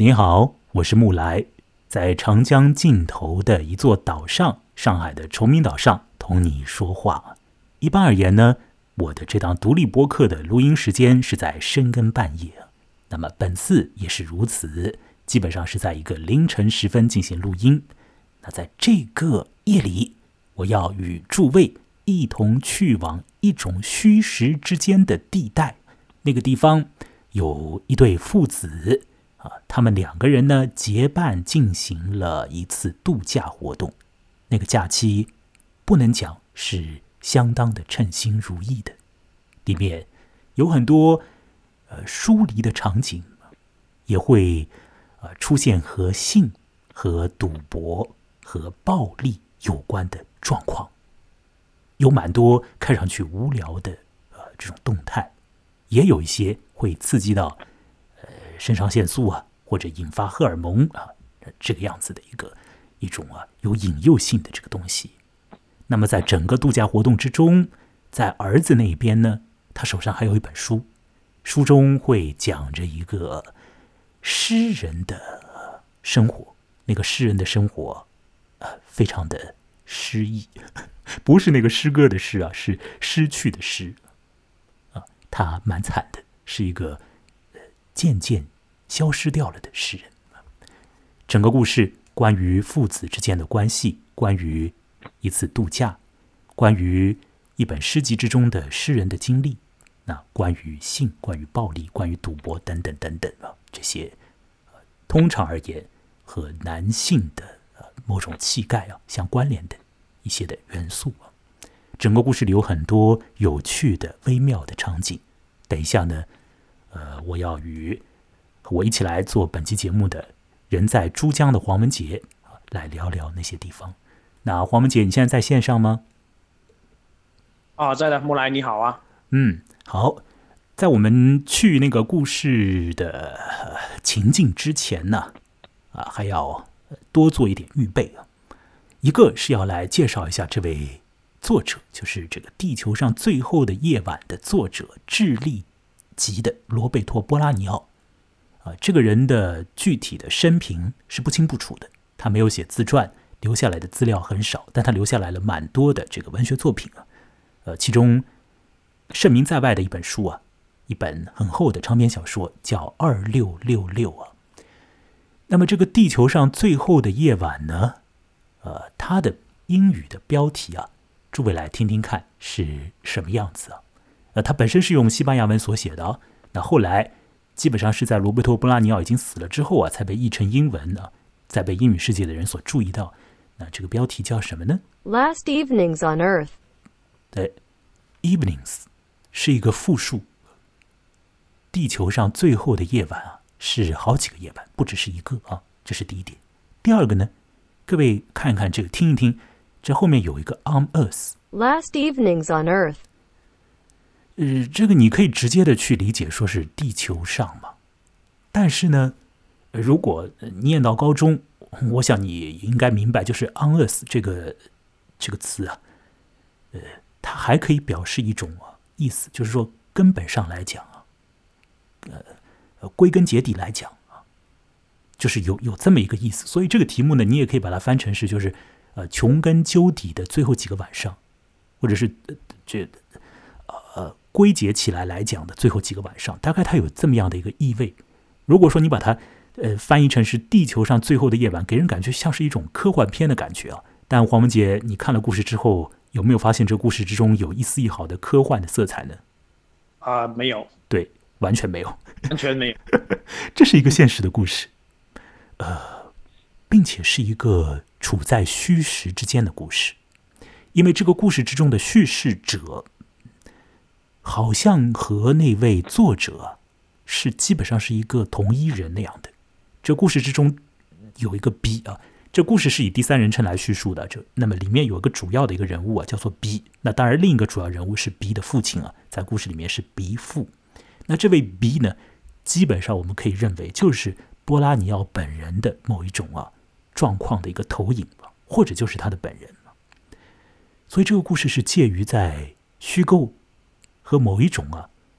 你好，我是木来，在长江尽头的一座岛上，上海的崇明岛上同你说话。一般而言呢，我的这档独立播客的录音时间是在深更半夜，那么本次也是如此，基本上是在一个凌晨时分进行录音。那在这个夜里，我要与诸位一同去往一种虚实之间的地带，那个地方有一对父子他们两个人呢结伴进行了一次度假活动。那个假期不能讲是相当的称心如意的，里面有很多疏离的场景，也会出现和性、和赌博、和暴力有关的状况，有蛮多看上去无聊的这种动态，也有一些会刺激到肾上腺素或者引发荷尔蒙这个样子的一种有引诱性的这个东西。那么在整个度假活动之中，在儿子那边呢，他手上还有一本书，书中会讲着一个诗人的生活，那个诗人的生活非常的诗意，不是那个诗歌的诗是失去的诗他蛮惨的，是一个渐渐消失掉了的诗人。整个故事关于父子之间的关系，关于一次度假，关于一本诗集之中的诗人的经历，那关于性、关于暴力、关于赌博等等等等这些通常而言和男性的某种气概相关联的一些的元素整个故事里有很多有趣的微妙的场景。等一下呢我要与和我一起来做本期节目的人在珠江的黄文杰来聊聊那些地方。那黄文杰，你现在在线上吗？ 在的，木来你好啊。 好。在我们去那个故事的情境之前呢还要多做一点预备一个是要来介绍一下这位作者，就是这个《地球上最后的夜晚》的作者，智利籍的罗贝托·波拉尼奥这个人的具体的生平是不清不楚的，他没有写自传，留下来的资料很少，但他留下来了蛮多的这个文学作品其中盛名在外的一本书一本很厚的长篇小说叫2666那么这个地球上最后的夜晚呢它的英语的标题诸位来听听看是什么样子它本身是用西班牙文所写的那后来基本上是在罗贝托·波拉尼奥已经死了之后才被译成英文再被英语世界的人所注意到。那这个标题叫什么呢？ Last Evenings on Earth。 对， Evenings 是一个复数，地球上最后的夜晚是好几个夜晚，不只是一个这是第一点。第二个呢，各位看一看这个，听一听，这后面有一个 on Earth。 Last Evenings on Earth。 这个你可以直接的去理解说是地球上嘛，但是呢如果你念到高中，我想你应该明白，就是 on Earth 这个词它还可以表示一种意思，就是说根本上来讲归根结底来讲就是有这么一个意思。所以这个题目呢，你也可以把它翻成是就是穷根究底的最后几个晚上，或者是归结起来讲的最后几个晚上，大概它有这么样的一个意味。如果说你把它翻译成是地球上最后的夜晚，给人感觉像是一种科幻片的感觉但黄文杰，你看了故事之后，有没有发现这个故事之中有一丝一毫的科幻的色彩呢？ 没有。 对，完全没有， 完全没有。 这是一个现实的故事，并且是一个处在虚实之间的故事，因为这个故事之中的叙事者好像和那位作者是基本上是一个同一人那样的。这故事之中有一个 B 这故事是以第三人称来叙述的，那么里面有一个主要的一个人物叫做 B。 那当然另一个主要人物是 B 的父亲在故事里面是 B 父。那这位 B 呢，基本上我们可以认为就是波拉尼奥本人的某一种状况的一个投影或者就是他的本人所以这个故事是介于在虚构和某一种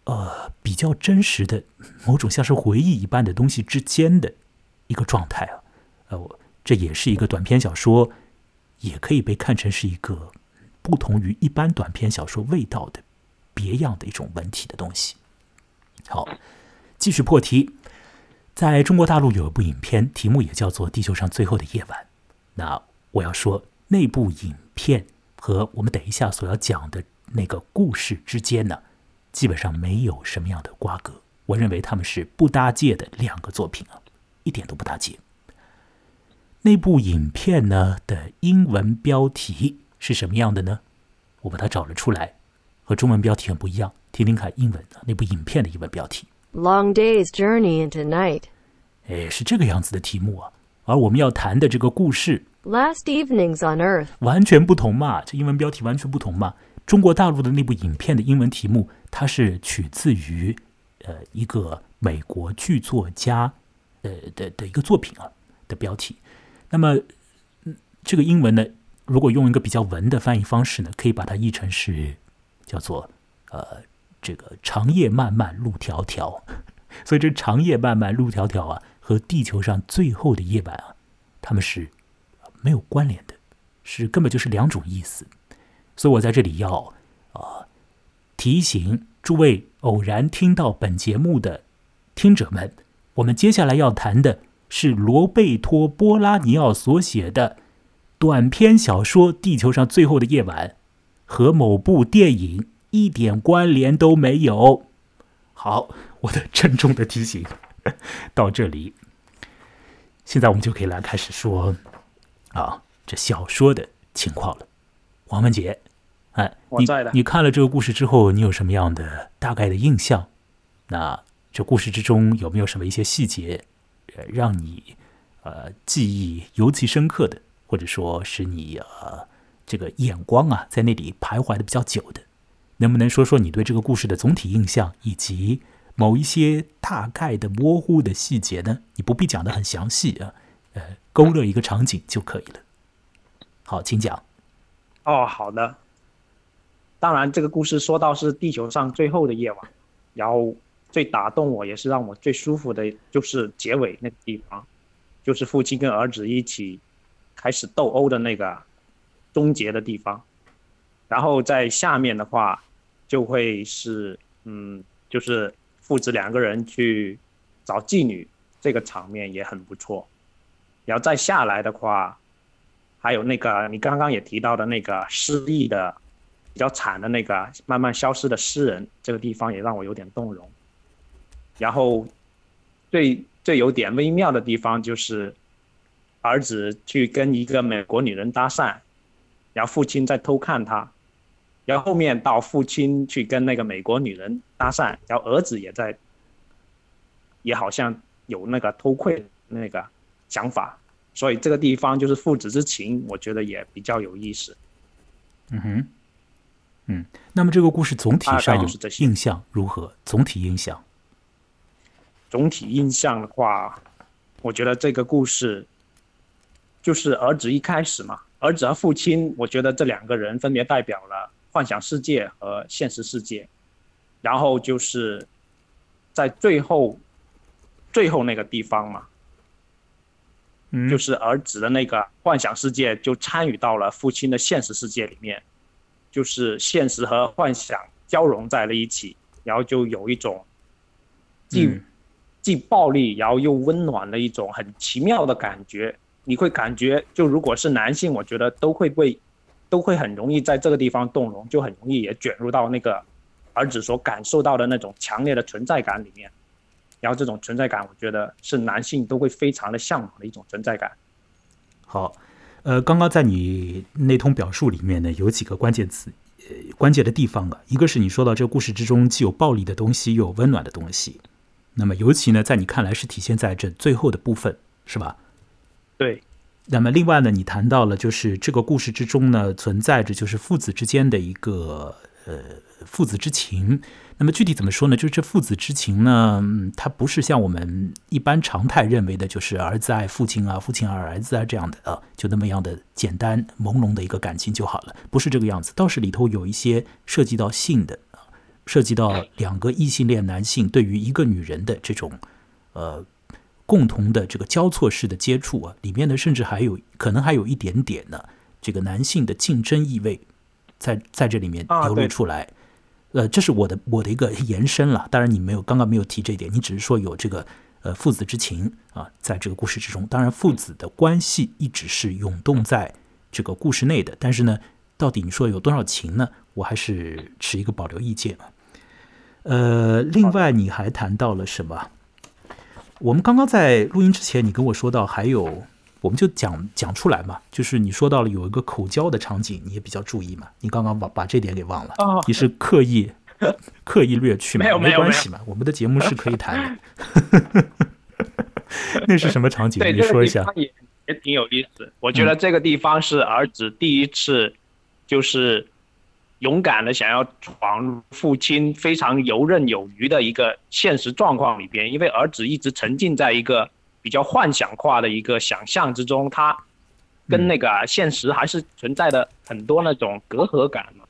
比较真实的某种像是回忆一般的东西之间的一个状态啊。这也是一个短篇小说，也可以被看成是一个不同于一般短篇小说味道的别样的一种文体的东西。好，继续破题。在中国大陆有一部影片，题目也叫做《地球上最后的夜晚》。那我要说，那部影片和我们等一下所要讲的那个故事之间呢，基本上没有什么样的瓜葛。我认为他们是不搭界的两个作品啊，一点都不搭界。那部影片呢的英文标题是什么样的呢？我把它找了出来，和中文标题很不一样。听听看英文的那部影片的英文标题。 Long day's journey into night. 是这个样子的题目啊。而我们要谈的这个故事 Last evenings on Earth. 完全不同嘛，这英文标题完全不同嘛。中国大陆的那部影片的英文题目，它是取自于一个美国剧作家的一个作品啊的标题。那么这个英文呢，如果用一个比较文的翻译方式呢，可以把它译成是叫做这个长夜漫漫路迢迢。所以这长夜漫漫路迢迢啊，和地球上最后的夜晚啊，它们是没有关联的，是根本就是两种意思。所以我在这里要提醒诸位偶然听到本节目的听者们，我们接下来要谈的是罗贝托·波拉尼奥所写的短篇小说《地球上最后的夜晚》，和某部电影一点关联都没有。好，我的郑重的提醒到这里。现在我们就可以来开始说这小说的情况了。王文杰， 我在的。 你看了这个故事之后，你有什么样的大概的印象？那这故事之中有没有什么一些细节让你记忆尤其深刻的，或者说是你这个眼光在那里徘徊的比较久的？能不能说说你对这个故事的总体印象，以及某一些大概的模糊的细节呢？你不必讲得很详细勾勒一个场景就可以了。好，请讲。 好的。当然，这个故事说到是地球上最后的夜晚，然后最打动我也是让我最舒服的就是结尾那个地方，就是父亲跟儿子一起开始斗殴的那个终结的地方。然后在下面的话就会是就是父子两个人去找妓女，这个场面也很不错。然后再下来的话，还有那个你刚刚也提到的那个失忆的比较惨的那个慢慢消失的诗人，这个地方也让我有点动容。然后最有点微妙的地方就是儿子去跟一个美国女人搭讪，然后父亲在偷看他，然后后面到父亲去跟那个美国女人搭讪，然后儿子也好像有那个偷窥那个想法，所以这个地方就是父子之情，我觉得也比较有意思。 那么这个故事总体上就是这些印象如何？总体印象的话，我觉得这个故事就是儿子一开始嘛，儿子和父亲，我觉得这两个人分别代表了幻想世界和现实世界。然后就是在最后那个地方嘛，就是儿子的那个幻想世界就参与到了父亲的现实世界里面，就是现实和幻想交融在了一起，然后就有一种既暴力然后又温暖的一种很奇妙的感觉。你会感觉就如果是男性，我觉得都会很容易在这个地方动容，就很容易也卷入到那个儿子所感受到的那种强烈的存在感里面。然后这种存在感，我觉得是男性都会非常的向往的一种存在感。 好，刚刚在你那通表述里面呢，有几个关键词，关键的地方一个是你说到这个故事之中既有暴力的东西，又有温暖的东西。那么尤其呢，在你看来是体现在这最后的部分，是吧？ 对。 那么另外呢，你谈到了就是这个故事之中呢，存在着就是父子之间的一个父子之情。那么具体怎么说呢？就是这父子之情呢，它不是像我们一般常态认为的，就是儿子爱父亲父亲爱儿子这样的就那么样的简单朦胧的一个感情就好了，不是这个样子。倒是里头有一些涉及到性的涉及到两个异性恋男性对于一个女人的这种共同的这个交错式的接触啊，里面呢甚至可能还有一点点呢这个男性的竞争意味在这里面流露出来。这是我的一个延伸了。当然你刚刚没有提这一点，你只是说有这个父子之情啊，在这个故事之中。当然父子的关系一直是涌动在这个故事内的，但是呢，到底你说有多少情呢？我还是持一个保留意见啊。另外你还谈到了什么？我们刚刚在录音之前，你跟我说到还有。我们就讲出来嘛，就是你说到了有一个口交的场景，你也比较注意嘛。你刚刚把这点给忘了，你是刻意略去嘛？没关系嘛，我们的节目是可以谈的。那是什么场景？ 对， 你说一下。 这个地方也挺有意思。我觉得这个地方是儿子第一次，就是勇敢的想要闯入父亲非常游刃有余的一个现实状况里边，因为儿子一直沉浸在一个比较幻想化的一个想象之中，他跟那个现实还是存在的很多那种隔阂感嘛。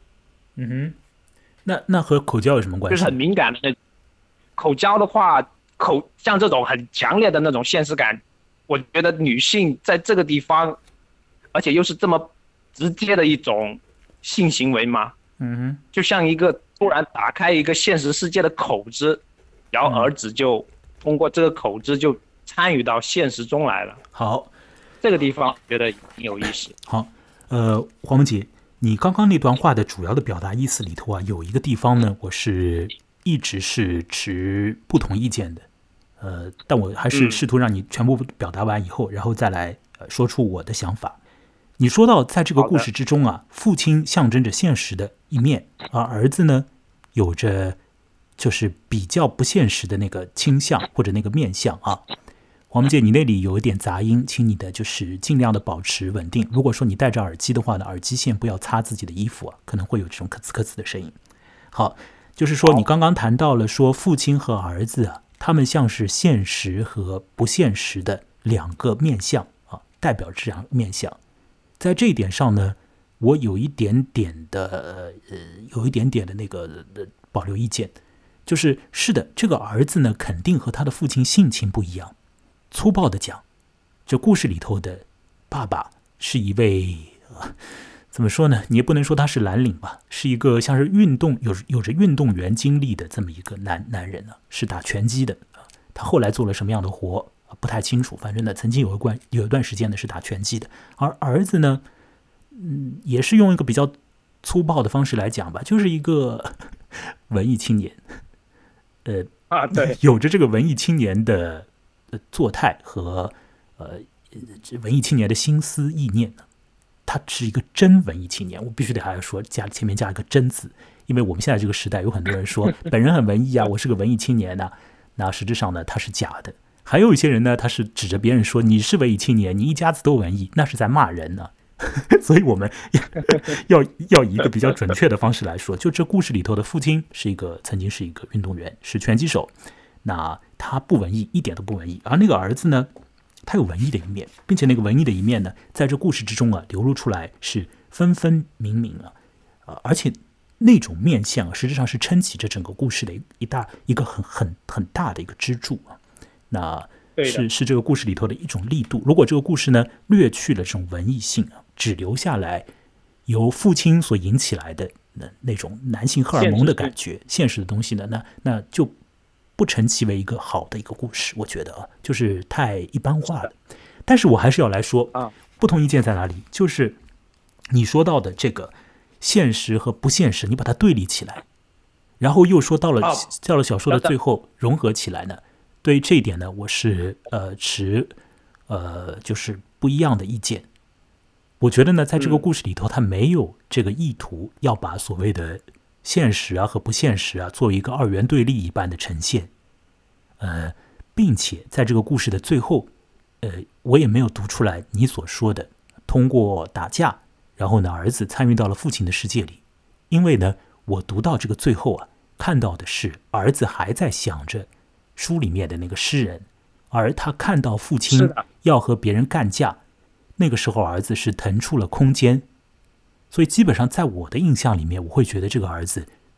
那和口交有什么关系？ 就是很敏感的那种。口交的话，像这种很强烈的那种现实感，我觉得女性在这个地方，而且又是这么直接的一种性行为嘛，就像一个突然打开一个现实世界的口子，然后儿子就通过这个口子就参与到现实中来了。 好， 这个地方觉得挺有意思。 好，黄文杰，你刚刚那段话的主要的表达意思里头啊，有一个地方呢，我是一直是持不同意见的，但我还是试图让你全部表达完以后，然后再来说出我的想法。你说到在这个故事之中啊，父亲象征着现实的一面，而儿子呢，有着就是比较不现实的那个倾向或者那个面相啊。黄文杰，你那里有一点杂音，请你的就是尽量的保持稳定。如果说你戴着耳机的话呢，耳机线不要擦自己的衣服啊，可能会有这种咳呲咳呲的声音。好，就是说你刚刚谈到了说父亲和儿子啊，他们像是现实和不现实的两个面相啊，代表这样面相。在这一点上呢，我有一点点的那个保留意见，就是是的，这个儿子呢肯定和他的父亲性情不一样。粗暴的讲，这故事里头的爸爸是一位怎么说呢？你也不能说他是蓝领吧，是一个像是有着运动员经历的这么一个男人呢，是打拳击的。他后来做了什么样的活不太清楚，反正呢，曾经有一段时间呢是打拳击的。而儿子呢，也是用一个比较粗暴的方式来讲吧，就是一个文艺青年， 对， 有着这个文艺青年的作态和文艺青年的心思意念呢，他是一个真文艺青年。我必须得还要说前面加一个真字，因为我们现在这个时代有很多人说本人很文艺啊，我是个文艺青年啊，那实质上呢他是假的。还有一些人呢，他是指着别人说你是文艺青年，你一家子都文艺，那是在骂人呢。所以我们要以一个比较准确的方式来说，就这故事里头的父亲曾经是一个运动员，是拳击手。那他不文艺，一点都不文艺。而那个儿子呢，他有文艺的一面，并且那个文艺的一面呢，在这故事之中啊，流露出来是分分明明啊，而且那种面相实际上是撑起这整个故事的一个很大的一个支柱啊。那是这个故事里头的一种力度。如果这个故事呢略去了这种文艺性啊，只留下来由父亲所引起来的那种男性荷尔蒙的感觉，现实的东西呢，那就不成其为一个好的一个故事，我觉得就是太一般化了。但是我还是要来说不同意见在哪里，就是你说到的这个现实和不现实，你把它对立起来，然后又说到了小说的最后融合起来呢，对于这一点呢，我是持就是不一样的意见。我觉得呢，在这个故事里头，他没有这个意图要把所谓的现实啊和不现实啊作为一个二元对立一般的呈现，并且在这个故事的最后，我也没有读出来你所说的通过打架，然后呢儿子参与到了父亲的世界里，因为呢我读到这个最后啊，看到的是儿子还在想着书里面的那个诗人，而他看到父亲要和别人干架，那个时候儿子是腾出了空间。所以基本上在我的印象里面，我会觉得这个儿子他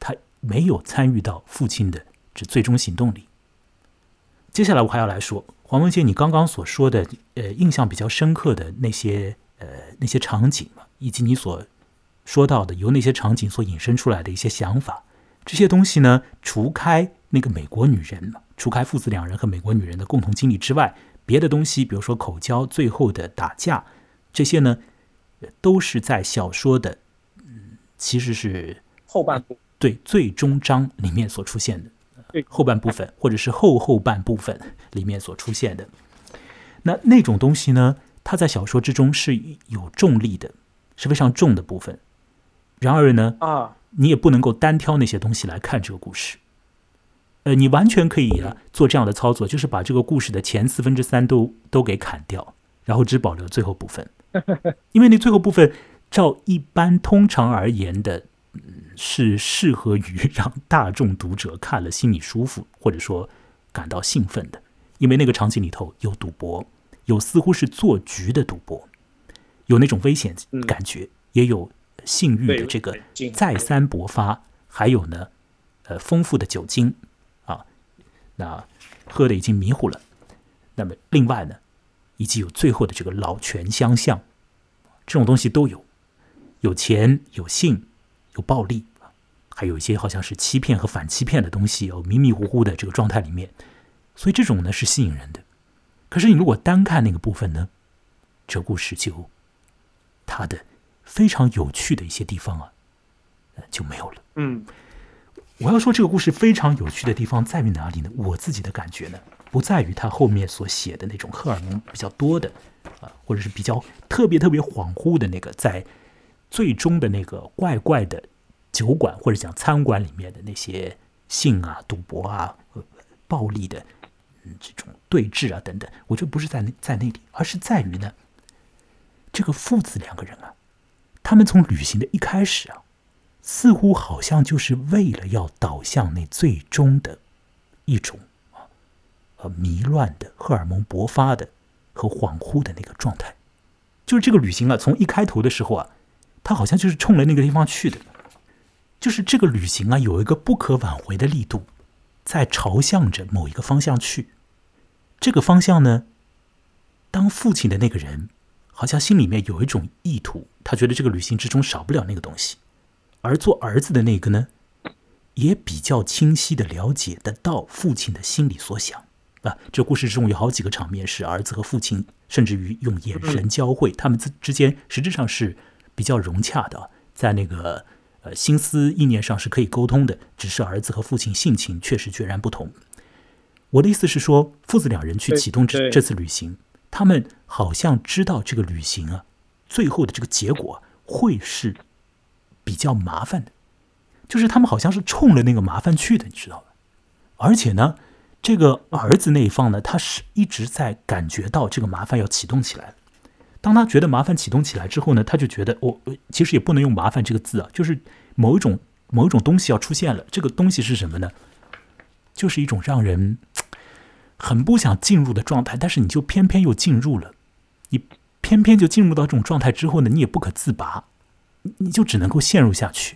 没有参与到父亲的这最终行动里。接下来我还要来说黄文杰你刚刚所说的印象比较深刻的那些场景嘛，以及你所说到的由那些场景所引申出来的一些想法，这些东西呢，除开那个美国女人嘛，除开父子两人和美国女人的共同经历之外，别的东西比如说口交最后的打架，这些呢都是在小说的其实是后半部对最终章里面所出现的后半部分，或者是后半部分里面所出现的。那种东西呢，它在小说之中是有重力的，是非常重的部分。然而呢，你也不能够单挑那些东西来看这个故事。你完全可以做这样的操作，就是把这个故事的前3/4都给砍掉，然后只保留最后部分。因为那最后部分，照一般通常而言的，是适合于让大众读者看了心里舒服，或者说感到兴奋的。因为那个场景里头有赌博，有似乎是做局的赌博，有那种危险感觉，也有性欲的这个再三勃发，还有呢，丰富的酒精啊，那喝的已经迷糊了。那么另外呢，以及有最后的这个老拳相向，这种东西都有，有钱，有性，有暴力，还有一些好像是欺骗和反欺骗的东西，有迷迷糊糊的这个状态里面，所以这种呢是吸引人的。可是你如果单看那个部分呢，这故事就它的非常有趣的一些地方就没有了。我要说这个故事非常有趣的地方在于哪里呢？我自己的感觉呢，不在于他后面所写的那种荷尔蒙比较多的或者是比较特别恍惚的那个，在最终的那个怪怪的酒馆或者讲餐馆里面的那些性赌博暴力的这种对峙等等，我觉得不是在那里，而是在于呢，这个父子两个人他们从旅行的一开始似乎好像就是为了要导向那最终的一种迷乱的荷尔蒙勃发的和恍惚的那个状态。就是这个旅行从一开头的时候他好像就是冲着那个地方去的，就是这个旅行有一个不可挽回的力度在朝向着某一个方向去。这个方向呢，当父亲的那个人好像心里面有一种意图，他觉得这个旅行之中少不了那个东西，而做儿子的那个呢，也比较清晰地了解得到父亲的心里所想这故事之中有好几个场面是儿子和父亲甚至于用眼神交汇，他们之间实质上是比较融洽的，在那个心思意念上是可以沟通的，只是儿子和父亲性情确实决然不同。我的意思是说，父子两人去启动这次旅行，他们好像知道这个旅行最后的这个结果会是比较麻烦的，就是他们好像是冲着那个麻烦去的，你知道吧？而且呢，这个儿子那一方呢，他是一直在感觉到这个麻烦要启动起来。当他觉得麻烦启动起来之后呢，他就觉得其实也不能用麻烦这个字就是某一种东西要出现了。这个东西是什么呢？就是一种让人很不想进入的状态，但是你就偏偏又进入了，你偏偏就进入到这种状态之后呢，你也不可自拔，你就只能够陷入下去。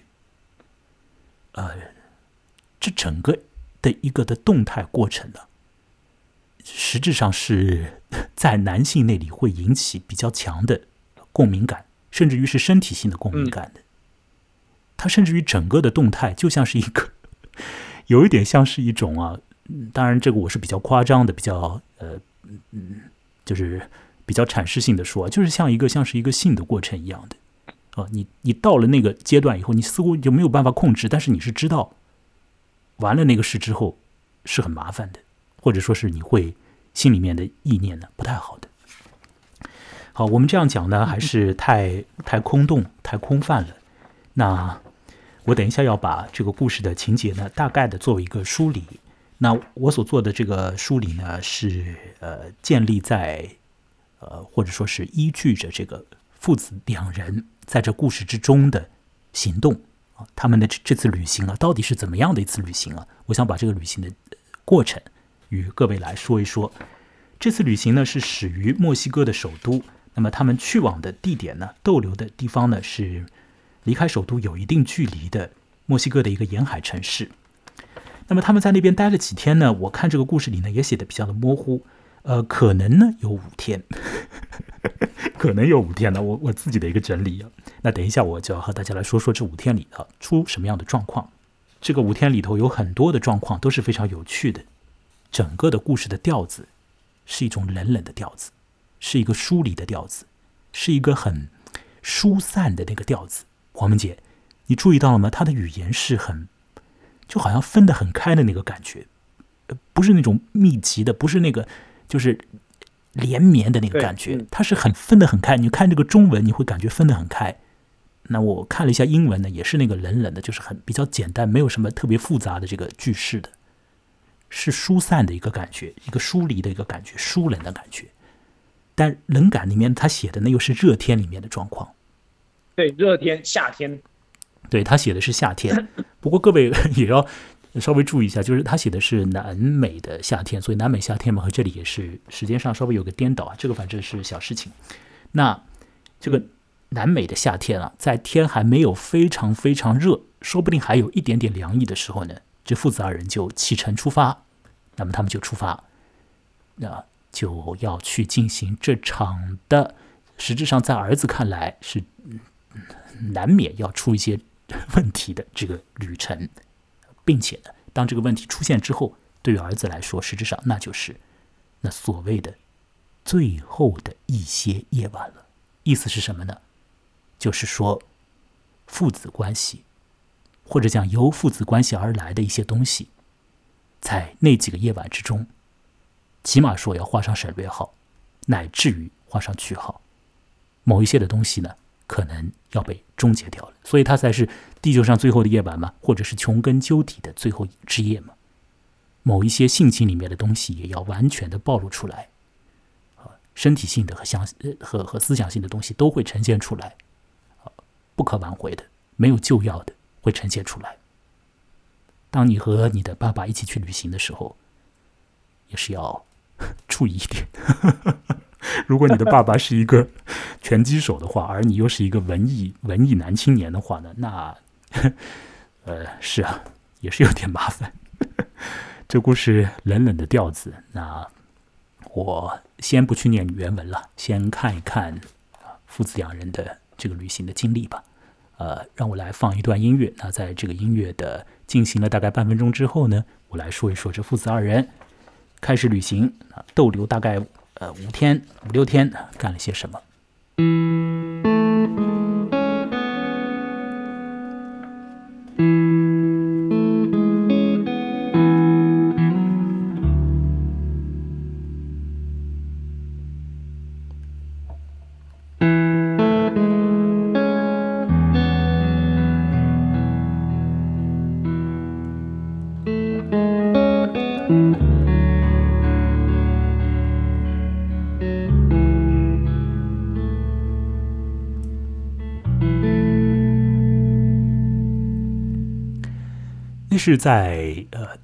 这整个的一个的动态过程呢，实质上是在男性那里会引起比较强的共鸣感，甚至于是身体性的共鸣感的。它甚至于整个的动态就像是一个有一点像是一种当然这个我是比较夸张的，比较就是比较阐释性的说，就是像是一个性的过程一样的你到了那个阶段以后，你似乎就没有办法控制，但是你是知道完了那个事之后是很麻烦的，或者说是你会心里面的意念呢不太好的。好，我们这样讲呢还是太空洞太空泛了。那我等一下要把这个故事的情节呢大概的作为一个梳理。那我所做的这个梳理呢是建立在或者说是依据着这个父子两人在这故事之中的行动他们的这次旅行到底是怎么样的一次旅行我想把这个旅行的过程与各位来说一说。这次旅行呢是始于墨西哥的首都，那么他们去往的地点呢，逗留的地方呢是离开首都有一定距离的墨西哥的一个沿海城市。那么他们在那边待了几天呢？我看这个故事里呢也写的比较的模糊，可能呢有5天，可能有5天呢，我自己的一个整理啊。那等一下我就要和大家来说说这5天里出什么样的状况。这个5天里头有很多的状况都是非常有趣的，整个的故事的调子是一种冷冷的调子，是一个疏离的调子，是一个很疏散的那个调子。黄文姐，你注意到了吗？他的语言是就好像分得很开的那个感觉，不是那种密集的，不是那个就是连绵的那个感觉，它是很分得很开。你看这个中文，你会感觉分得很开。那我看了一下英文呢，也是那个冷冷的，就是比较简单，没有什么特别复杂的这个句式的，是疏散的一个感觉，一个疏离的一个感觉，疏冷的感觉。但冷感里面他写的呢又是热天里面的状况。 对，热天夏天。 对，他写的是夏天，不过各位也要稍微注意一下，就是他写的是南美的夏天，所以南美夏天嘛和这里也是时间上稍微有个颠倒啊，这个反正是小事情。那这个南美的夏天啊，在天还没有非常非常热，说不定还有一点点凉意的时候呢，这父子2人就启程出发。那么他们就出发，那就要去进行这场的，实质上在儿子看来是难免要出一些问题的这个旅程，并且呢，当这个问题出现之后，对于儿子来说，实质上那就是那所谓的最后的一些夜晚了。意思是什么呢？就是说，父子关系，或者讲由父子关系而来的一些东西，在那几个夜晚之中，起码说要画上省略号，乃至于画上句号。某一些的东西呢，可能要被终结掉了，所以它才是地球上最后的夜晚嘛，或者是穷根究底的最后之夜嘛。某一些性情里面的东西也要完全的暴露出来，身体性的和思想性的东西都会呈现出来，不可挽回的，没有救药的会呈现出来。当你和你的爸爸一起去旅行的时候，也是要注意一点。如果你的爸爸是一个拳击手的话，而你又是一个文艺男青年的话呢，那是啊，也是有点麻烦。这故事冷冷的调子，那我先不去念原文了，先看一看父子2人的这个旅行的经历吧。让我来放一段音乐。那在这个音乐的进行了大概半分钟之后呢，我来说一说这父子2人开始旅行，逗留大概5天5、6天干了些什么。是在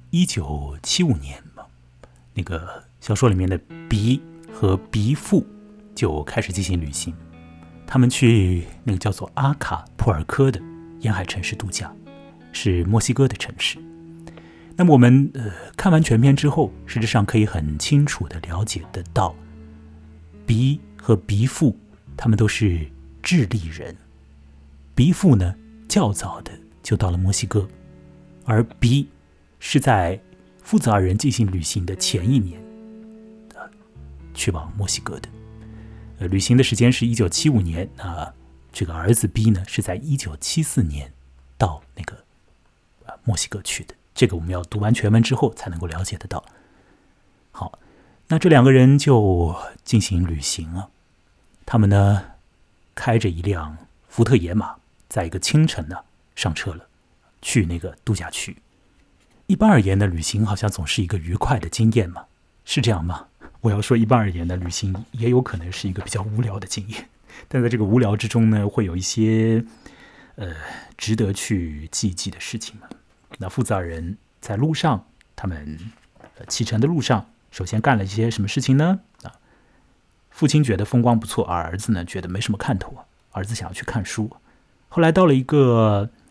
1975年嘛，那个小说里面的鼻和鼻父就开始进行旅行，他们去那个叫做阿卡普尔科的沿海城市度假，是墨西哥的城市。那么我们看完全片之后，实质上可以很清楚的了解得到，鼻和鼻父他们都是智利人，鼻父呢较早的就到了墨西哥。而 B 是在父子2人进行旅行的前1年去往墨西哥的。旅行的时间是1975年，这个儿子 B 呢是在1974年到那个墨西哥去的。这个我们要读完全文之后才能够了解得到。好，那这2个人就进行旅行了。他们呢开着一辆福特野马，在一个清晨呢上车了，去那个度假区。一般而言呢，旅行好像总是一个愉快的经验嘛，是这样吗？我要说一般而言呢，旅行也有可能是一个比较无聊的经验，但在这个无聊之中呢，会有一些值得去记一记的事情嘛。那父子2人在路上，他们启程的路上，首先干了一些什么事情呢？父亲觉得风光不错，而儿子呢觉得没什么看头，儿子想要去看书。后来到了一个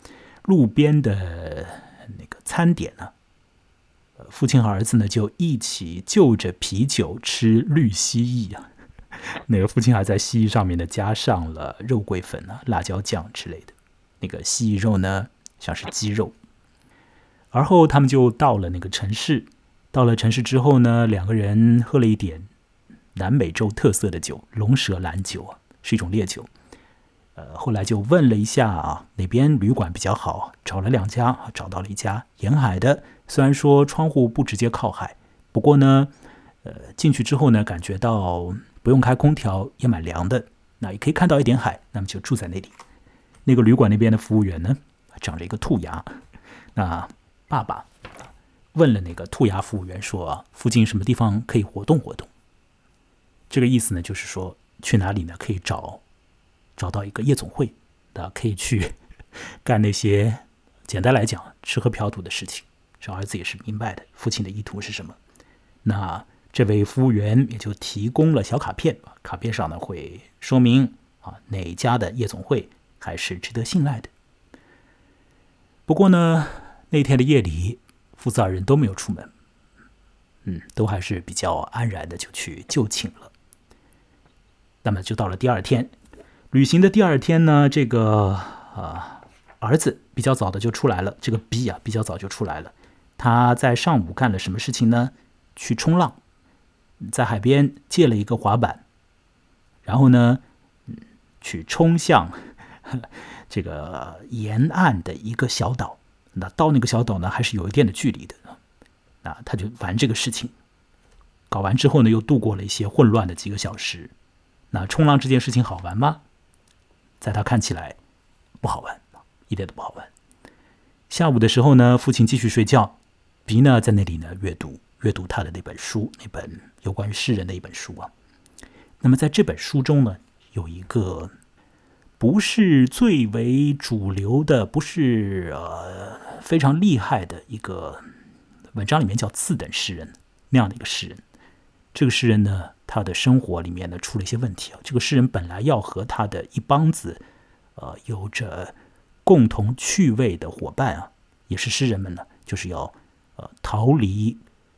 路边的那个餐点呢，父亲和儿子呢就一起就着啤酒吃绿蜥蜴啊。那个父亲还在蜥蜴上面呢加上了肉桂粉啊、辣椒酱之类的。那个蜥蜴肉呢像是鸡肉。而后他们就到了那个城市。到了城市之后呢，两个人喝了一点南美洲特色的酒，龙舌兰酒啊，是一种烈酒。后来就问了一下啊，哪边旅馆比较好，找了2家，找到了一家沿海的。虽然说窗户不直接靠海，不过呢，进去之后呢，感觉到不用开空调也蛮凉的，那也可以看到一点海，那么就住在那里。那个旅馆那边的服务员呢，长着一个兔牙。那爸爸问了那个兔牙服务员说，附近什么地方可以活动活动？这个意思呢，就是说去哪里呢可以找到一个夜总会，可以去干那些简单来讲吃喝嫖赌的事情。这儿子也是明白的，父亲的意图是什么。那这位服务员也就提供了小卡片，卡片上呢会说明哪家的夜总会还是值得信赖的。不过呢，那天的夜里，父子2人都没有出门，都还是比较安然的就去就寝了。那么就到了第2天，旅行的第2天呢，这个儿子比较早的就出来了，这个 B 比较早就出来了。他在上午干了什么事情呢？去冲浪，在海边借了一个滑板，然后呢，去冲向这个沿岸的一个小岛。那到那个小岛呢，还是有一定的距离的。那他就玩这个事情，搞完之后呢，又度过了一些混乱的几个小时。那冲浪这件事情好玩吗？在他看起来不好玩，一点都不好玩。下午的时候呢，父亲继续睡觉，鼻呢在那里呢阅读他的那本书，那本有关于诗人的一本书啊。那么在这本书中呢，有一个不是最为主流的，不是非常厉害的一个文章，里面叫次等诗人那样的一个诗人。这个诗人呢，他的生活里面呢出了一些问题啊。这个诗人本来要和他的一帮子有着共同趣味的伙伴啊，也是诗人们呢，就是要逃离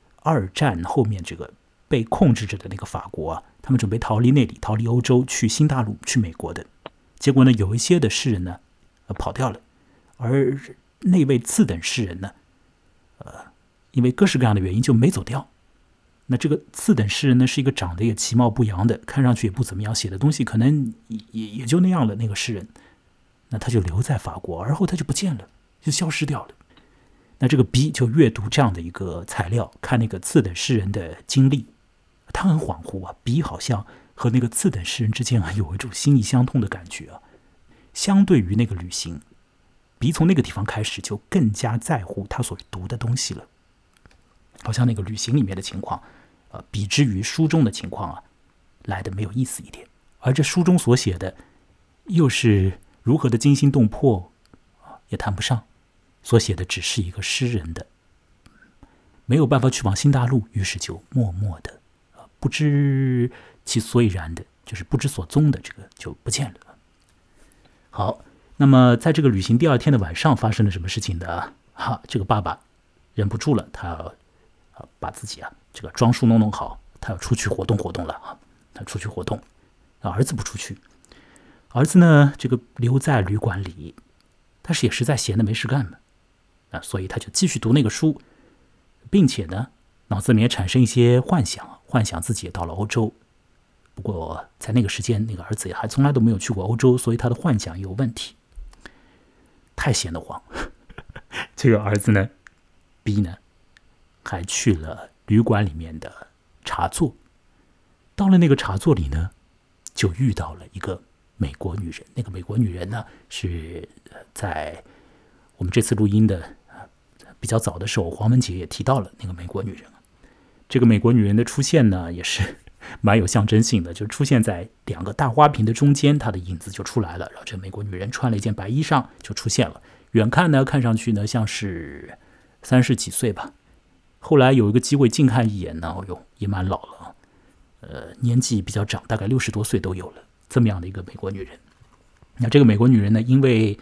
2战后面这个被控制着的那个法国啊，他们准备逃离那里，逃离欧洲，去新大陆，去美国的。结果呢，有一些的诗人呢跑掉了，而那位次等诗人呢，因为各式各样的原因就没走掉。那这个次等诗人呢，是一个长得也其貌不扬的，看上去也不怎么样，写的东西可能也就那样了。那个诗人，那他就留在法国，而后他就不见了，就消失掉了。那这个 B 就阅读这样的一个材料，看那个次等诗人的经历，他很恍惚啊。B 好像和那个次等诗人之间有一种心意相通的感觉啊。相对于那个旅行，B 从那个地方开始就更加在乎他所读的东西了。好像那个旅行里面的情况，比之于书中的情况啊，来的没有意思一点。而这书中所写的，又是如何的惊心动魄，也谈不上。所写的只是一个诗人的，没有办法去往新大陆，于是就默默的，不知其所以然的，就是不知所踪的，这个就不见了。好，那么在这个旅行第2天的晚上发生了什么事情呢？这个爸爸忍不住了，他要把自己这个装束弄好，他要出去活动活动了他出去活动，儿子不出去，儿子呢这个留在旅馆里，但是也实在闲的没事干嘛，所以他就继续读那个书，并且呢脑子里面产生一些幻想自己也到了欧洲。不过在那个时间，那个儿子也还从来都没有去过欧洲，所以他的幻想也有问题，太闲得慌。这个儿子呢 B 呢还去了旅馆里面的茶座，到了那个茶座里呢，就遇到了一个美国女人。那个美国女人呢，是在我们这次录音的比较早的时候，黄文杰也提到了那个美国女人。这个美国女人的出现呢，也是蛮有象征性的，就出现在2个大花瓶的中间，她的影子就出来了。然后这美国女人穿了一件白衣裳就出现了，远看呢，看上去呢像是30几岁吧。后来有一个机会近看一眼呢，也蛮老了，年纪比较长，大概60多岁都有了，这么样的一个美国女人。那这个美国女人呢，因为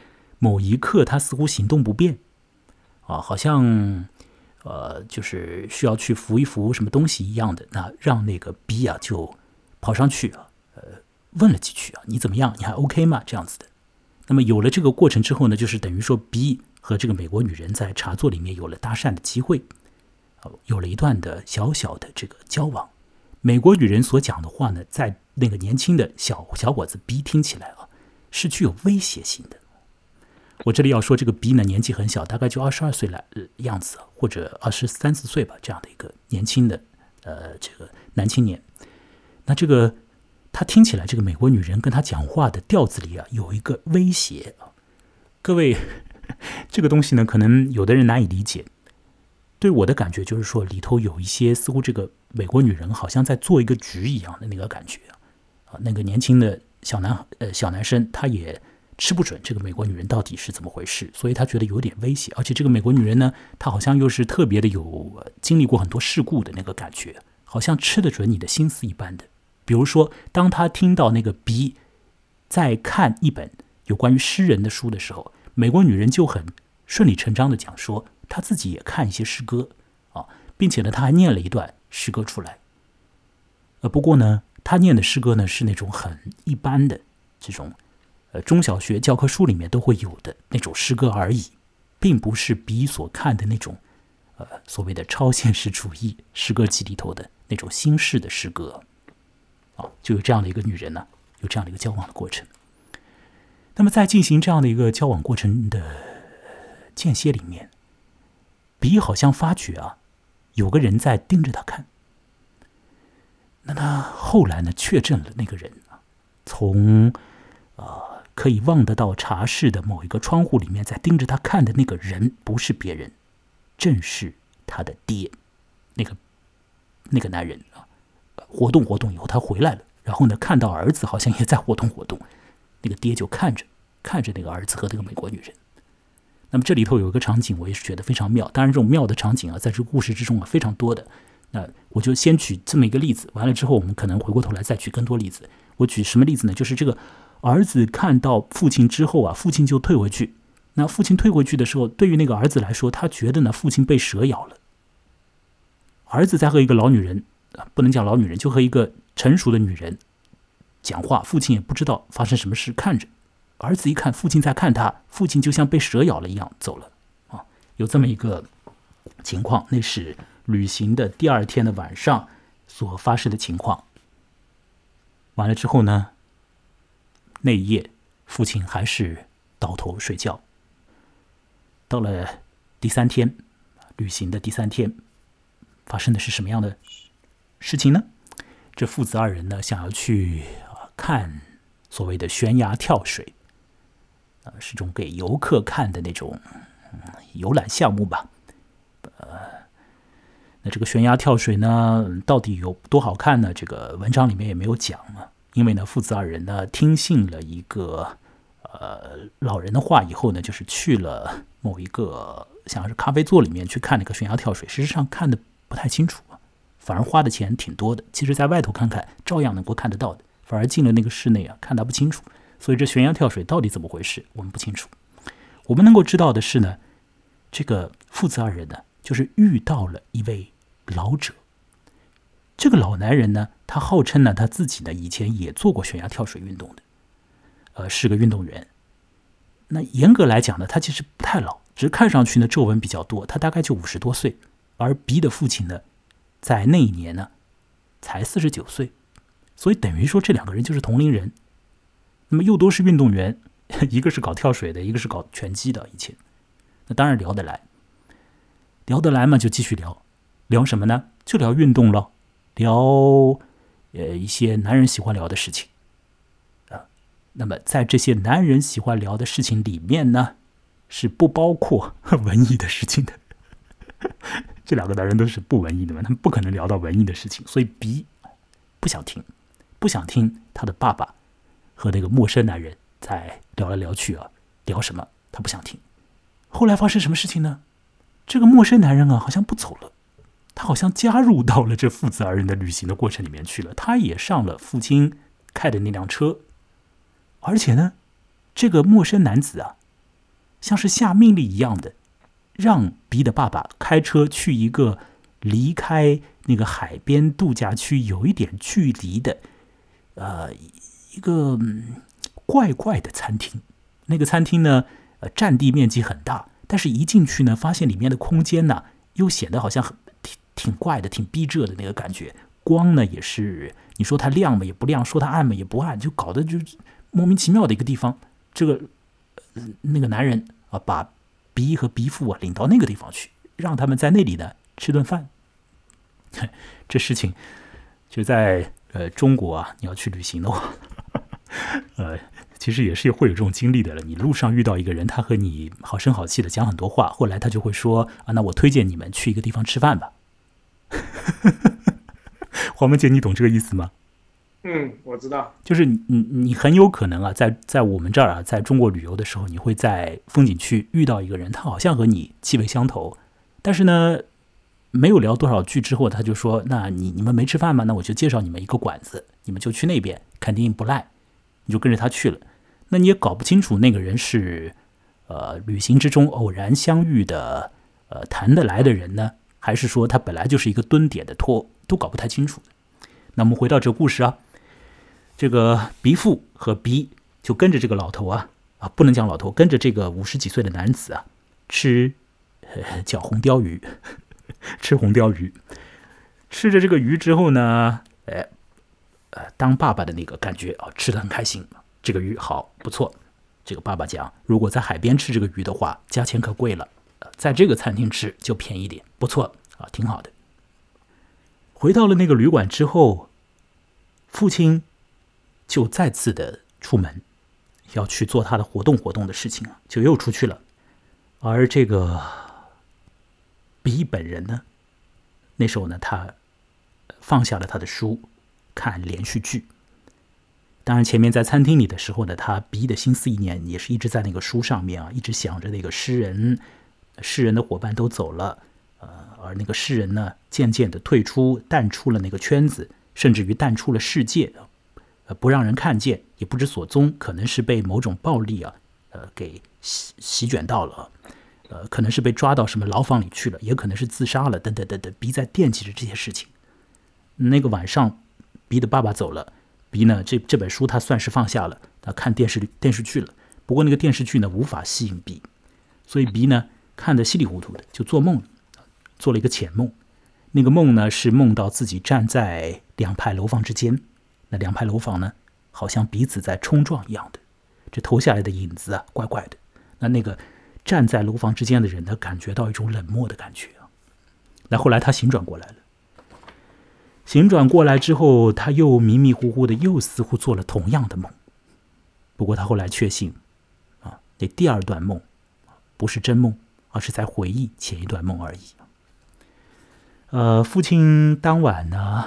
某一刻他似乎行动不便啊，好像就是需要去扶一扶什么东西一样的。那让那个 B 啊就跑上去啊，问了几句啊，你怎么样？你还 OK 吗？这样子的。那么有了这个过程之后呢，就是等于说 B 和这个美国女人在茶座里面有了搭讪的机会，有了一段的小小的这个交往。美国女人所讲的话呢，在那个年轻的小伙子 B 听起来啊，是具有威胁性的。我这里要说，这个 B 呢年纪很小，大概就22岁来样子，或者23、24岁吧，这样的一个年轻的这个男青年。那这个他听起来，这个美国女人跟他讲话的调子里啊，有一个威胁啊。各位，这个东西呢，可能有的人难以理解。对我的感觉就是说，里头有一些似乎这个美国女人好像在做一个局一样的那个感觉啊。那个年轻的小男生，他也吃不准这个美国女人到底是怎么回事，所以他觉得有点威胁。而且这个美国女人呢，她好像又是特别的有经历过很多事故的那个感觉，好像吃得准你的心思一般的。比如说，当他听到那个 B 在看一本有关于诗人的书的时候，美国女人就很顺理成章的讲说，她自己也看一些诗歌啊，并且呢，她还念了一段诗歌出来。不过呢，她念的诗歌呢是那种很一般的这种中小学教科书里面都会有的那种诗歌而已，并不是B所看的那种所谓的超现实主义诗歌集里头的那种新式的诗歌。就有这样的一个女人呢，有这样的一个交往的过程。那么在进行这样的一个交往过程的间歇里面，B好像发觉啊，有个人在盯着他看。那他后来呢，确证了那个人从可以望得到茶室的某一个窗户里面在盯着他看的那个人，不是别人，正是他的爹，那个男人啊。活动以后他回来了，然后呢看到儿子好像也在活动，那个爹就看着那个儿子和那个美国女人。那么这里头有一个场景我也是觉得非常妙，当然这种妙的场景啊在这个故事之中啊非常多的。那我就先举这么一个例子，完了之后我们可能回过头来再举更多例子。我举什么例子呢？就是这个儿子看到父亲之后啊，父亲就退回去。那父亲退回去的时候，对于那个儿子来说，他觉得呢父亲被蛇咬了。儿子在和一个老女人，不能讲老女人，就和一个成熟的女人讲话，父亲也不知道发生什么事，看着儿子一看父亲在看他，父亲就像被蛇咬了一样走了啊，有这么一个情况。那是旅行的第二天的晚上所发生的情况。完了之后呢，那一夜父亲还是倒头睡觉。到了第三天，旅行的第三天，发生的是什么样的事情呢？这父子二人呢，想要去看所谓的悬崖跳水，是种给游客看的那种游览项目吧。那这个悬崖跳水呢，到底有多好看呢？这个文章里面也没有讲啊。因为呢，父子二人呢听信了一个老人的话以后呢，就是去了某一个像是咖啡座里面去看那个悬崖跳水。事实上看得不太清楚，反而花的钱挺多的。其实在外头看看照样能够看得到的，反而进了那个室内啊，看得不清楚。所以这悬崖跳水到底怎么回事，我们不清楚。我们能够知道的是呢，这个父子二人呢，就是遇到了一位老者。这个老男人呢，他号称呢，他自己呢以前也做过悬崖跳水运动的，是个运动员。那严格来讲呢，他其实不太老，只是看上去呢皱纹比较多，他大概就50多岁。而 B 的父亲呢，在那一年呢才49岁，所以等于说这两个人就是同龄人。那么又都是运动员，一个是搞跳水的，一个是搞拳击的，以前那当然聊得来嘛，就继续聊什么呢？就聊运动了，聊一些男人喜欢聊的事情啊。那么在这些男人喜欢聊的事情里面呢，是不包括文艺的事情的。这两个男人都是不文艺的嘛，他们不可能聊到文艺的事情，所以 B 不想听他的爸爸和那个陌生男人在聊来聊去啊，聊什么他不想听。后来发生什么事情呢？这个陌生男人啊，好像不走了，他好像加入到了这父子二人的旅行的过程里面去了，他也上了父亲开的那辆车。而且呢，这个陌生男子啊， 像是下命令一样的，让B的爸爸开车去一个离开那个海边度假区有一点距离的，一个怪怪的餐厅。那个餐厅呢，占地面积很大，但是一进去呢，发现里面的空间呢，又显得好像挺怪的，挺逼仄的那个感觉。光呢也是，你说它亮嘛也不亮，说它暗嘛也不暗，就搞得就莫名其妙的一个地方。这个那个男人啊，把B和 B 父啊领到那个地方去，让他们在那里呢吃顿饭。这事情就在中国啊，你要去旅行的话，其实也是会有这种经历的了。你路上遇到一个人，他和你好声好气的讲很多话，后来他就会说啊，那我推荐你们去一个地方吃饭吧。黄文杰，你懂这个意思吗？ 我知道， 就是你很有可能啊，在我们这儿啊，在中国旅游的时候，你会在风景区遇到一个人，他好像和你气味相投，但是呢，没有聊多少句之后，他就说，那你们没吃饭吗？那我就介绍你们一个馆子，你们就去那边，肯定不赖。你就跟着他去了，那你也搞不清楚那个人是旅行之中偶然相遇的谈得来的人呢，还是说他本来就是一个蹲点的托，都搞不太清楚。那我们回到这个故事啊，这个B父和 B 就跟着这个老头啊不能讲老头，跟着这个50几岁的男子啊吃叫红鲷鱼，吃红鲷鱼，吃着这个鱼之后呢，当爸爸的那个感觉啊，吃得很开心。这个鱼好不错。这个爸爸讲，如果在海边吃这个鱼的话，价钱可贵了。在这个餐厅吃就便宜点，不错啊，挺好的。回到了那个旅馆之后，父亲就再次的出门，要去做他的活动的事情啊，就又出去了。而这个B本人呢，那时候呢，他放下了他的书，看连续剧。当然前面在餐厅里的时候呢，他 B 的心思意念也是一直在那个书上面啊，一直想着那个诗人的伙伴都走了，而那个诗人呢，渐渐的退出淡出了那个圈子，甚至于淡出了世界，不让人看见，也不知所踪，可能是被某种暴力啊给席卷到了，可能是被抓到什么牢房里去了，也可能是自杀了，等等等等。B 在惦记着这些事情。那个晚上 B 的爸爸走了， B 呢这本书他算是放下了，他看电视剧了。不过那个电视剧呢无法吸引 B， 所以 B 呢看得稀里糊涂的就做梦了，做了一个浅梦。那个梦呢是梦到自己站在两排楼房之间，那两排楼房呢好像彼此在冲撞一样的，这投下来的影子啊怪怪的。那个站在楼房之间的人呢感觉到一种冷漠的感觉啊。那后来他醒转过来了，醒转过来之后，他又迷迷糊糊的，又似乎做了同样的梦。不过他后来确信啊，那第二段梦不是真梦，而是在回忆前一段梦而已。父亲当晚呢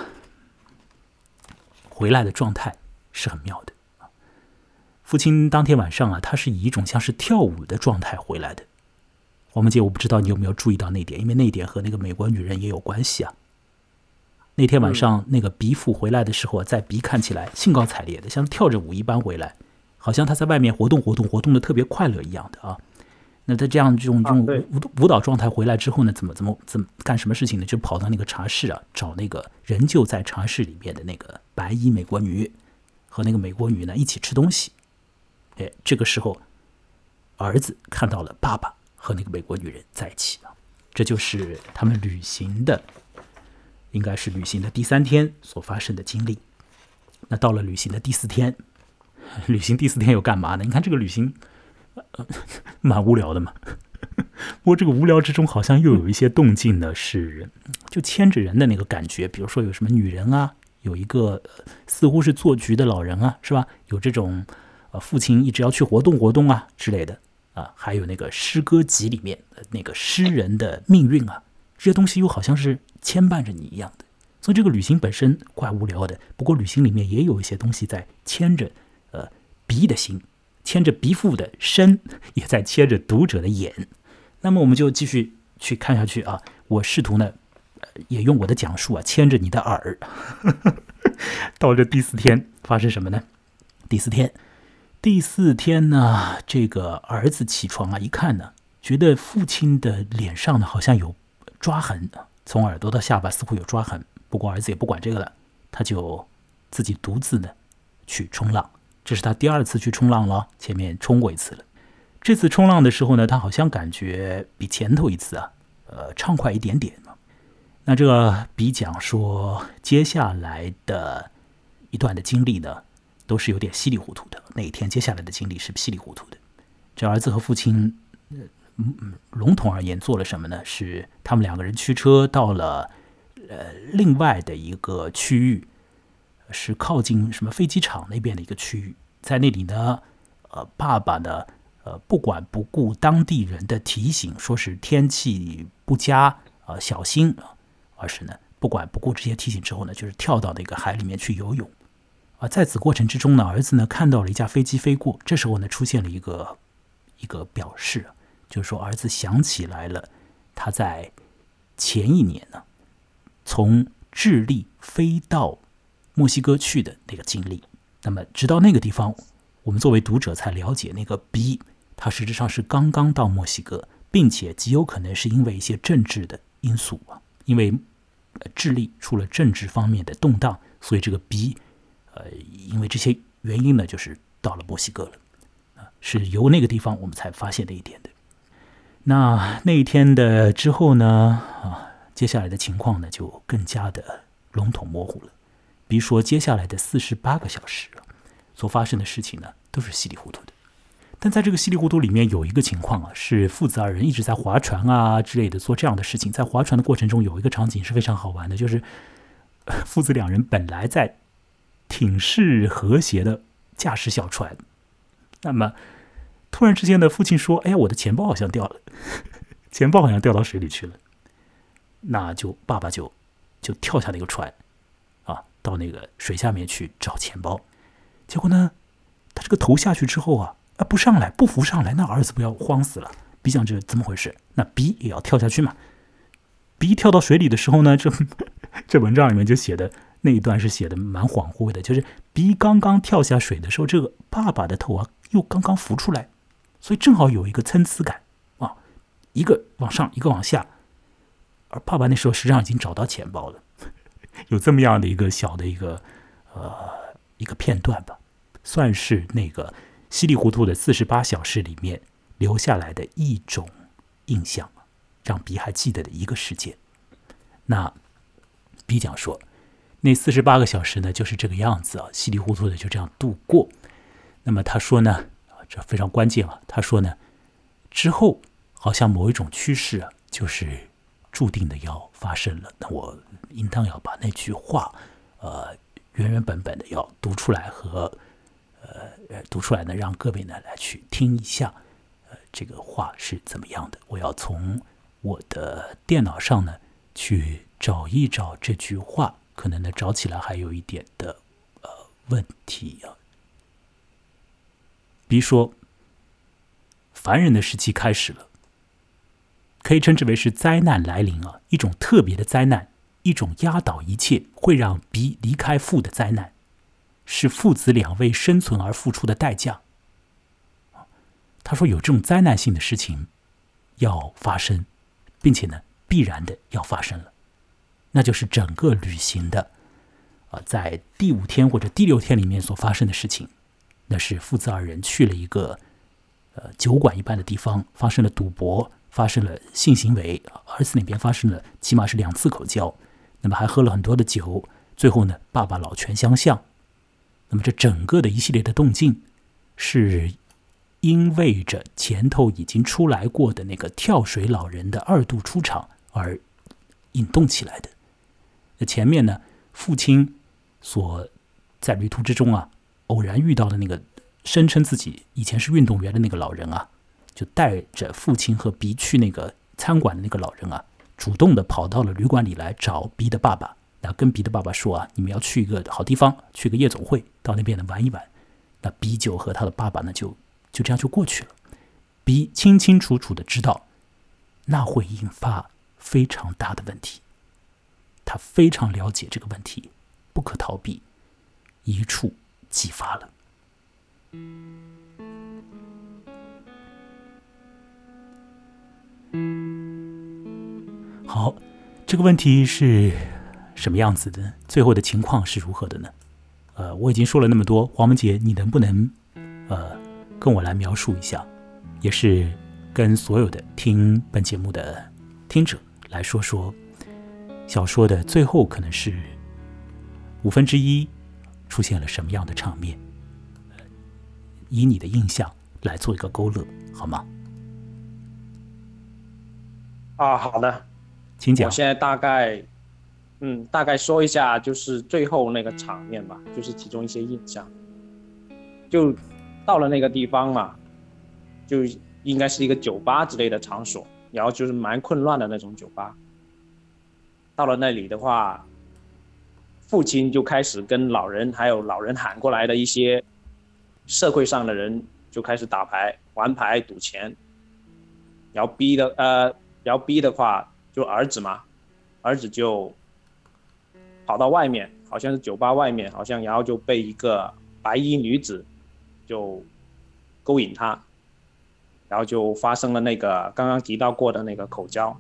回来的状态是很妙的。父亲当天晚上啊，他是以一种像是跳舞的状态回来的。黄文杰，我不知道你有没有注意到那点，因为那点和那个美国女人也有关系啊。那天晚上，那个鼻父回来的时候，在鼻看起来兴高采烈的，像跳着舞一般回来，好像他在外面活动的特别快乐一样的啊。那他这种舞蹈状态回来之后呢，怎么干什么事情呢？就跑到那个茶室啊，找那个仍旧在茶室里面的那个白衣美国女，和那个美国女呢一起吃东西。这个时候，儿子看到了爸爸和那个美国女人在一起啊，这就是他们旅行的。应该是旅行的第3天所发生的经历。那到了旅行的第4天，旅行第4天又干嘛呢？你看这个旅行，蛮无聊的嘛。不过这个无聊之中，好像又有一些动静的，是就牵着人的那个感觉。比如说有什么女人啊，有一个似乎是做局的老人啊，是吧？有这种父亲一直要去活动啊之类的啊，还有那个诗歌集里面的那个诗人的命运啊，这些东西又好像是牵绊着你一样的。所以这个旅行本身怪无聊的，不过旅行里面也有一些东西在牵着鼻的心，牵着鼻父的身，也在牵着读者的眼。那么我们就继续去看下去啊。我试图呢也用我的讲述啊牵着你的耳。到了第4天发生什么呢？第4天第4天呢，这个儿子起床啊，一看呢，觉得父亲的脸上呢好像有抓痕，从耳朵到下巴似乎有抓痕。不过儿子也不管这个了，他就自己独自呢去冲浪。这是他第2次去冲浪了，前面冲过一次了。这次冲浪的时候呢，他好像感觉比前头一次啊，畅快一点点。那这个比讲说，接下来的一段的经历呢，都是有点稀里糊涂的。那一天接下来的经历是稀里糊涂的。这儿子和父亲，笼统而言做了什么呢？是他们2个人驱车到了另外的一个区域，是靠近什么飞机场那边的一个区域。在那里呢，爸爸呢，不管不顾当地人的提醒，说是天气不佳，小心，而是呢不管不顾这些提醒之后呢，就是跳到那个海里面去游泳。在此过程之中呢，儿子呢看到了一架飞机飞过，这时候呢出现了一个表示，就是说儿子想起来了他在前一年呢从智利飞到墨西哥去的那个经历。那么直到那个地方，我们作为读者才了解，那个 B 他实质上是刚刚到墨西哥，并且极有可能是因为一些政治的因素啊，因为智利出了政治方面的动荡，所以这个 B因为这些原因呢，就是到了墨西哥了，是由那个地方我们才发现的一点的。那一天的之后呢，接下来的情况呢就更加的笼统模糊了。比如说接下来的48个小时所发生的事情呢，都是稀里糊涂的。但在这个稀里糊涂里面有一个情况是父子2人一直在划船啊之类的做这样的事情。在划船的过程中有一个场景是非常好玩的，就是父子2人本来在挺式和谐的驾驶小船，那么突然之间呢，父亲说：“哎呀，我的钱包好像掉了，钱包好像掉到水里去了。”那就爸爸就跳下那个船到那个水下面去找钱包。结果呢，他这个头下去之后不上来，不浮上来，那儿子不要慌死了。B 讲这怎么回事？那 B 也要跳下去嘛。B 跳到水里的时候呢，这文章里面就写的那一段是写的蛮恍惚的，就是 B 刚刚跳下水的时候，这个爸爸的头又刚刚浮出来，所以正好有一个参差感一个往上，一个往下。而爸爸那时候实际上已经找到钱包了，有这么样的一个小的一个片段吧，算是那个稀里糊涂的48小时里面留下来的一种印象，让 B 还记得的一个事件。那 B 讲说，那48个小时呢就是这个样子稀里糊涂的就这样度过。那么他说呢，这非常关键他说呢，之后好像某一种趋势就是注定的要发生了。那我应当要把那句话原原本本的要读出来和读出来呢，让各位呢来去听一下这个话是怎么样的。我要从我的电脑上呢去找一找这句话，可能呢找起来还有一点的问题比如说，凡人的时期开始了，可以称之为是灾难来临一种特别的灾难，一种压倒一切，会让 B 离开父的灾难，是父子2位生存而付出的代价。他说有这种灾难性的事情要发生，并且呢必然的要发生了，那就是整个旅行的在第5天或者第6天里面所发生的事情。那是父子2人去了一个酒馆一般的地方，发生了赌博，发生了性行为，儿子那边发生了起码是2次口交，那么还喝了很多的酒，最后呢爸爸老拳相向。那么这整个的一系列的动静是因为着前头已经出来过的那个跳水老人的2度出场而引动起来的。那前面呢，父亲所在旅途之中偶然遇到的那个声称自己以前是运动员的那个老人就带着父亲和 B 去那个餐馆的那个老人主动的跑到了旅馆里来找 B 的爸爸，那跟 B 的爸爸说你们要去一个好地方，去个夜总会，到那边呢玩一玩。那 B 就和他的爸爸呢就这样就过去了。B 清清楚楚的知道那会引发非常大的问题，他非常了解这个问题不可逃避，一触即发了。 好，这个问题是什么样子的？最后的情况是如何的呢？我已经说了那么多，黄文杰，你能不能跟我来描述一下，也是跟所有的听本节目的听者来说说小说的最后可能是1/5出现了什么样的场面？以你的印象来做一个勾勒，好吗？ 好的， 请讲。 我现在大概说一下，就是最后那个场面吧，就是其中一些印象。就到了那个地方嘛，就应该是一个酒吧之类的场所，然后就是蛮混乱的那种酒吧。到了那里的话，父亲就开始跟老人还有老人喊过来的一些社会上的人就开始打牌、玩牌、赌钱。然后逼的话，就儿子嘛，儿子就跑到外面，好像是酒吧外面，好像然后就被一个白衣女子就勾引他，然后就发生了那个刚刚提到过的那个口交。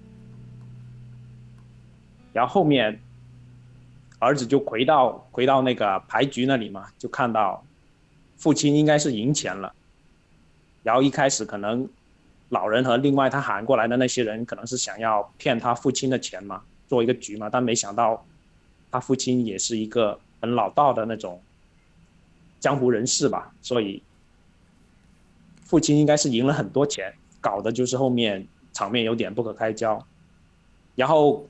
然后后面儿子就回到那个牌局那里嘛，就看到父亲应该是赢钱了，然后一开始可能老人和另外他喊过来的那些人可能是想要骗他父亲的钱嘛，做一个局嘛，但没想到他父亲也是一个很老道的那种江湖人士吧，所以父亲应该是赢了很多钱，搞的就是后面场面有点不可开交。然后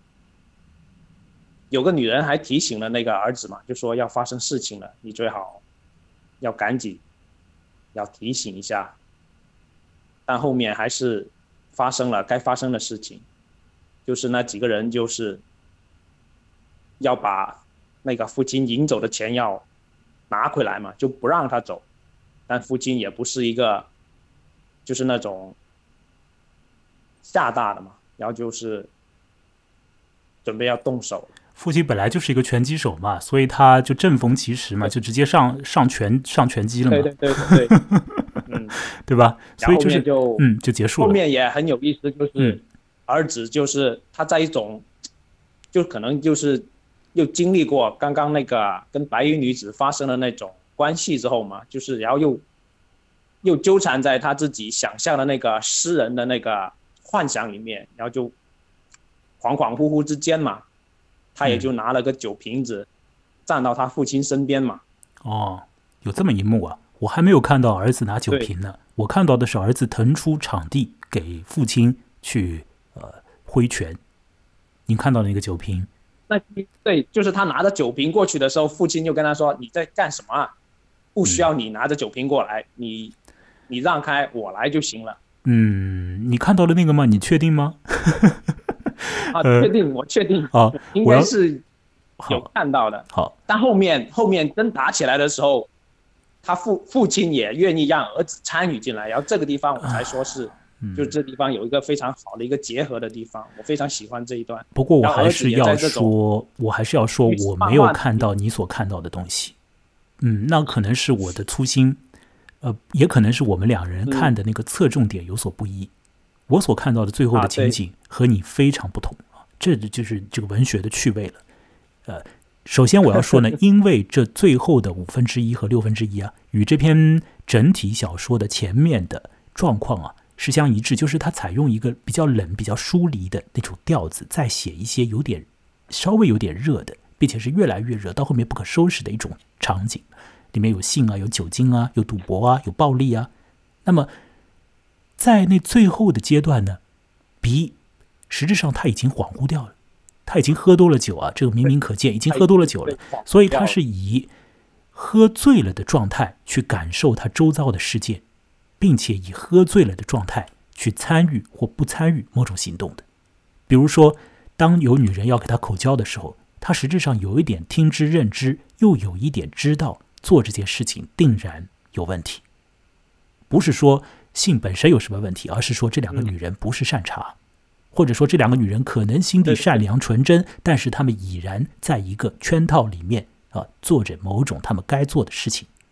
有个女人还提醒了那个儿子嘛，就说要发生事情了，你最好要赶紧要提醒一下。但后面还是发生了该发生的事情，就是那几个人就是要把那个父亲赢走的钱要拿回来嘛，就不让他走。但父亲也不是一个就是那种吓大的嘛，然后就是准备要动手。 父亲本来就是一个拳击手嘛，所以他就正逢其时嘛，就直接上拳击了嘛。 对对吧？所以就是就结束了。 后面也很有意思，就是儿子就是他在一种就可能就是又经历过刚刚那个跟白衣女子发生的那种关系之后嘛，就是然后又纠缠在他自己想象的那个诗人的那个幻想里面，然后就恍恍惚惚之间嘛，他也就拿了个酒瓶子站到他父亲身边嘛。 有这么一幕啊，我还没有看到儿子拿酒瓶呢，我看到的是儿子腾出场地给父亲去挥拳。您看到那个酒瓶？ 那对，就是他拿着酒瓶过去的时候，父亲就跟他说：“你在干什么啊？不需要你拿着酒瓶过来，你让开，我来就行了。” 你看到了那个吗？你确定吗？ 确定，我确定。应该是有看到的。 好， 但后面真打起来的时候，他父亲也愿意让儿子参与进来，然后这个地方我才说是。就这地方有一个非常好的一个结合的地方，我非常喜欢这一段。 不过我还是要说，我没有看到你所看到的东西。那可能是我的粗心，也可能是我们两人看的那个侧重点有所不一。我所看到的最后的情景和你非常不同这就是这个文学的趣味了。首先我要说呢，因为这最后的1/5和1/6与这篇整体小说的前面的状况是相一致，就是它采用一个比较冷、比较疏离的那种调子，再写一些稍微有点热的，并且是越来越热，到后面不可收拾的一种场景，里面有性有酒精有赌博有暴力那么在那最后的阶段呢，实质上他已经恍惚掉了，他已经喝多了酒这个明明可见，已经喝多了酒了，所以他是以喝醉了的状态去感受他周遭的世界，并且以喝醉了的状态去参与或不参与某种行动的。比如说，当有女人要给他口交的时候，他实质上有一点听之任之，又有一点知道做这件事情定然有问题。不是说性本身有什么问题，而是说这两个女人不是善茬，或者说这两个女人可能心地善良纯真，但是她们已然在一个圈套里面做着某种她们该做的事情。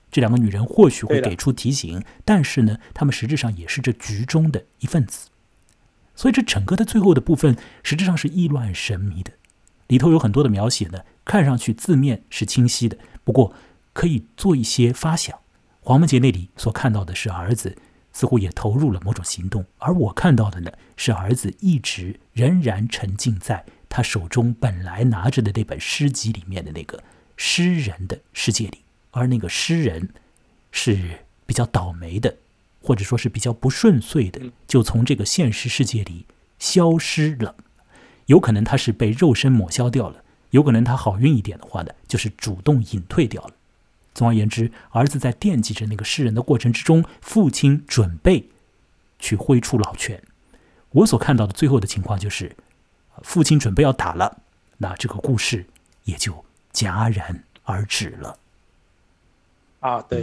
这两个女人或许会对的给出提醒，但是呢，她们实质上也是这局中的一份子。所以这整个的最后的部分实质上是意乱神迷的，里头有很多的描写呢，看上去字面是清晰的，不过可以做一些发想。黄文杰那里所看到的是儿子似乎也投入了某种行动，而我看到的呢，是儿子一直仍然沉浸在他手中本来拿着的那本诗集里面的那个诗人的世界里，而那个诗人是比较倒霉的，或者说是比较不顺遂的，就从这个现实世界里消失了。有可能他是被肉身抹消掉了，有可能他好运一点的话呢，就是主动隐退掉了。总而言之，儿子在惦记着那个诗人的过程之中，父亲准备去挥出老拳。我所看到的最后的情况就是，父亲准备要打了，那这个故事也就戛然而止了。 啊，对。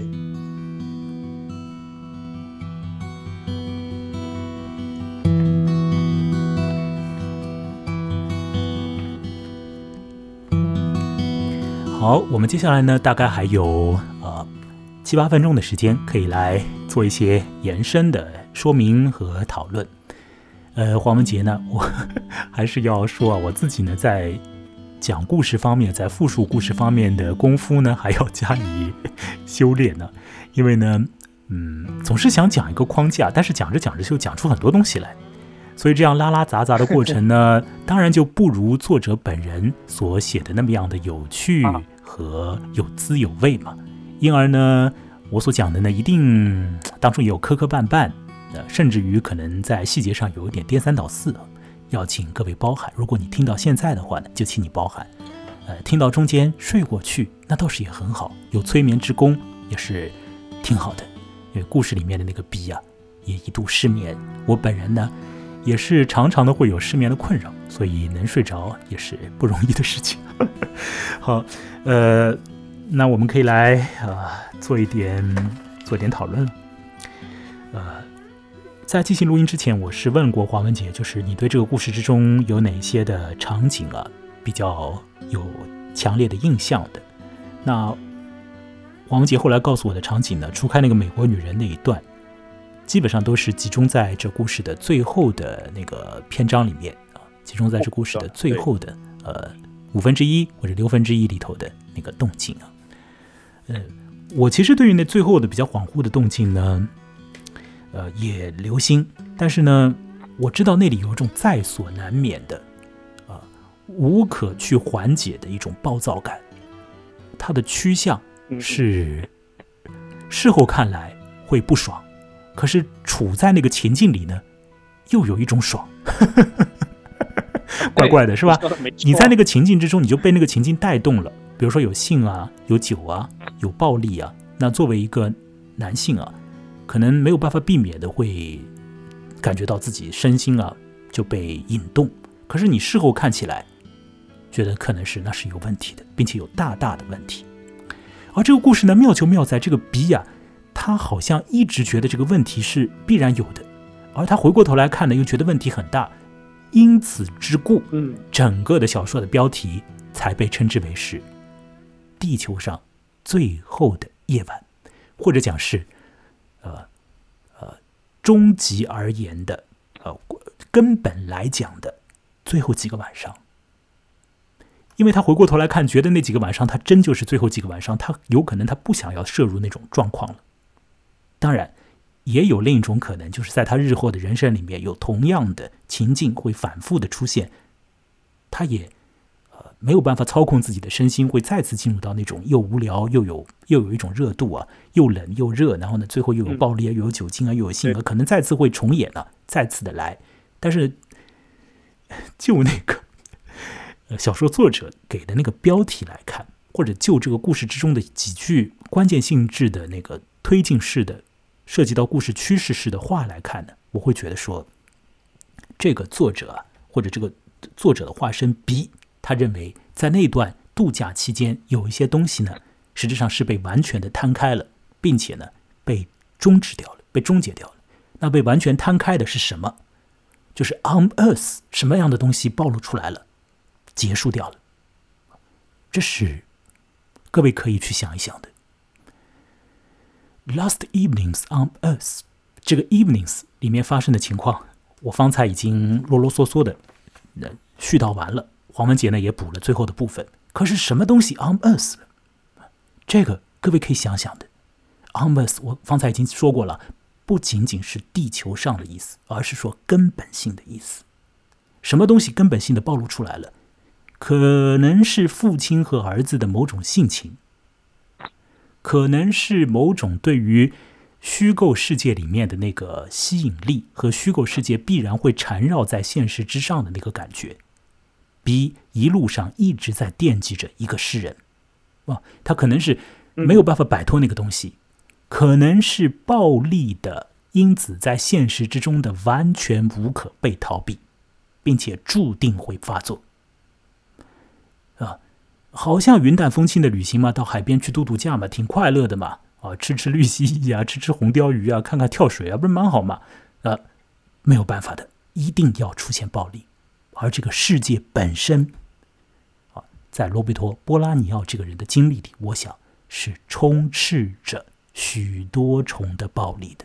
好，我们接下来呢，大概还有7-8分钟的时间，可以来做一些延伸的说明和讨论。黄文杰呢，我还是要说啊，我自己呢，在讲故事方面，在复述故事方面的功夫呢，还要加以修炼呢。因为呢，总是想讲一个框架，但是讲着讲着就讲出很多东西来。所以这样拉拉杂杂的过程呢，当然就不如作者本人所写的那么样的有趣和有滋有味嘛。因而呢，我所讲的呢，一定当中也有磕磕绊绊，甚至于可能在细节上有一点颠三倒四，要请各位包涵。如果你听到现在的话呢，就请你包涵。听到中间睡过去，那倒是也很好，有催眠之功也是挺好的。因为故事里面的那个逼啊，也一度失眠。我本人呢，也是常常的会有失眠的困扰，所以能睡着也是不容易的事情。好，那我们可以来做一点讨论了。在进行录音之前，我是问过黄文杰，就是你对这个故事之中有哪些的场景啊比较有强烈的印象的？那黄文杰后来告诉我的场景呢，除开那个美国女人那一段，基本上都是集中在这故事的最后的那个篇章里面啊，集中在这故事的最后的1/5或者1/6里头的那个动静啊。我其实对于那最后的比较恍惚的动静呢，也留心，但是呢，我知道那里有一种在所难免的无可去缓解的一种暴躁感，它的趋向是事后看来会不爽，可是处在那个情境里呢，又有一种爽，怪怪的是吧？你在那个情境之中，你就被那个情境带动了。比如说有性啊，有酒啊，有暴力啊，那作为一个男性啊，可能没有办法避免的会感觉到自己身心啊就被引动。可是你事后看起来，觉得可能是那是有问题的，并且有大大的问题。而这个故事呢，妙就妙在这个比啊，他好像一直觉得这个问题是必然有的，而他回过头来看呢，又觉得问题很大，因此之故，整个的小说的标题才被称之为是地球上最后的夜晚，或者讲是终极而言的根本来讲的最后几个晚上。因为他回过头来看，觉得那几个晚上他真就是最后几个晚上，他有可能他不想要摄入那种状况了。当然也有另一种可能，就是在他日后的人生里面有同样的情境会反复的出现，他也没有办法操控自己的身心，会再次进入到那种又无聊又有一种热度啊，又冷又热，然后呢最后又有暴力啊，又有酒精啊，又有性啊，可能再次会重演了，再次的来。但是就那个小说作者给的那个标题来看，或者就这个故事之中的几句关键性质的那个推进式的涉及到故事趋势式的话来看呢，我会觉得说，这个作者或者这个作者的化身 B， 他认为在那段度假期间有一些东西呢，实质上是被完全的摊开了，并且呢被终止掉了，被终结掉了。那被完全摊开的是什么？就是 on earth 什么样的东西暴露出来了，结束掉了。这是各位可以去想一想的。 Last evenings on Earth， 这个 evenings 里面发生的情况，我方才已经啰啰嗦嗦的絮叨完了，黄文杰呢也补了最后的部分。可是什么东西 on Earth？ 这个各位可以想想的。on Earth 我方才已经说过了，不仅仅是地球上的意思，而是说根本性的意思。什么东西根本性的暴露出来了？可能是父亲和儿子的某种性情，可能是某种对于虚构世界里面的那个吸引力和虚构世界必然会缠绕在现实之上的那个感觉。B 一路上一直在惦记着一个诗人，他可能是没有办法摆脱那个东西，可能是暴力的因子在现实之中的完全无可被逃避，并且注定会发作。好像云淡风轻的旅行嘛，到海边去度假嘛，挺快乐的嘛，吃吃绿蜥蜴啊，吃吃红鲷鱼啊，看看跳水啊，不是蛮好嘛？没有办法的，一定要出现暴力。而这个世界本身，在罗贝托·波拉尼奥这个人的经历里，我想是充斥着许多重的暴力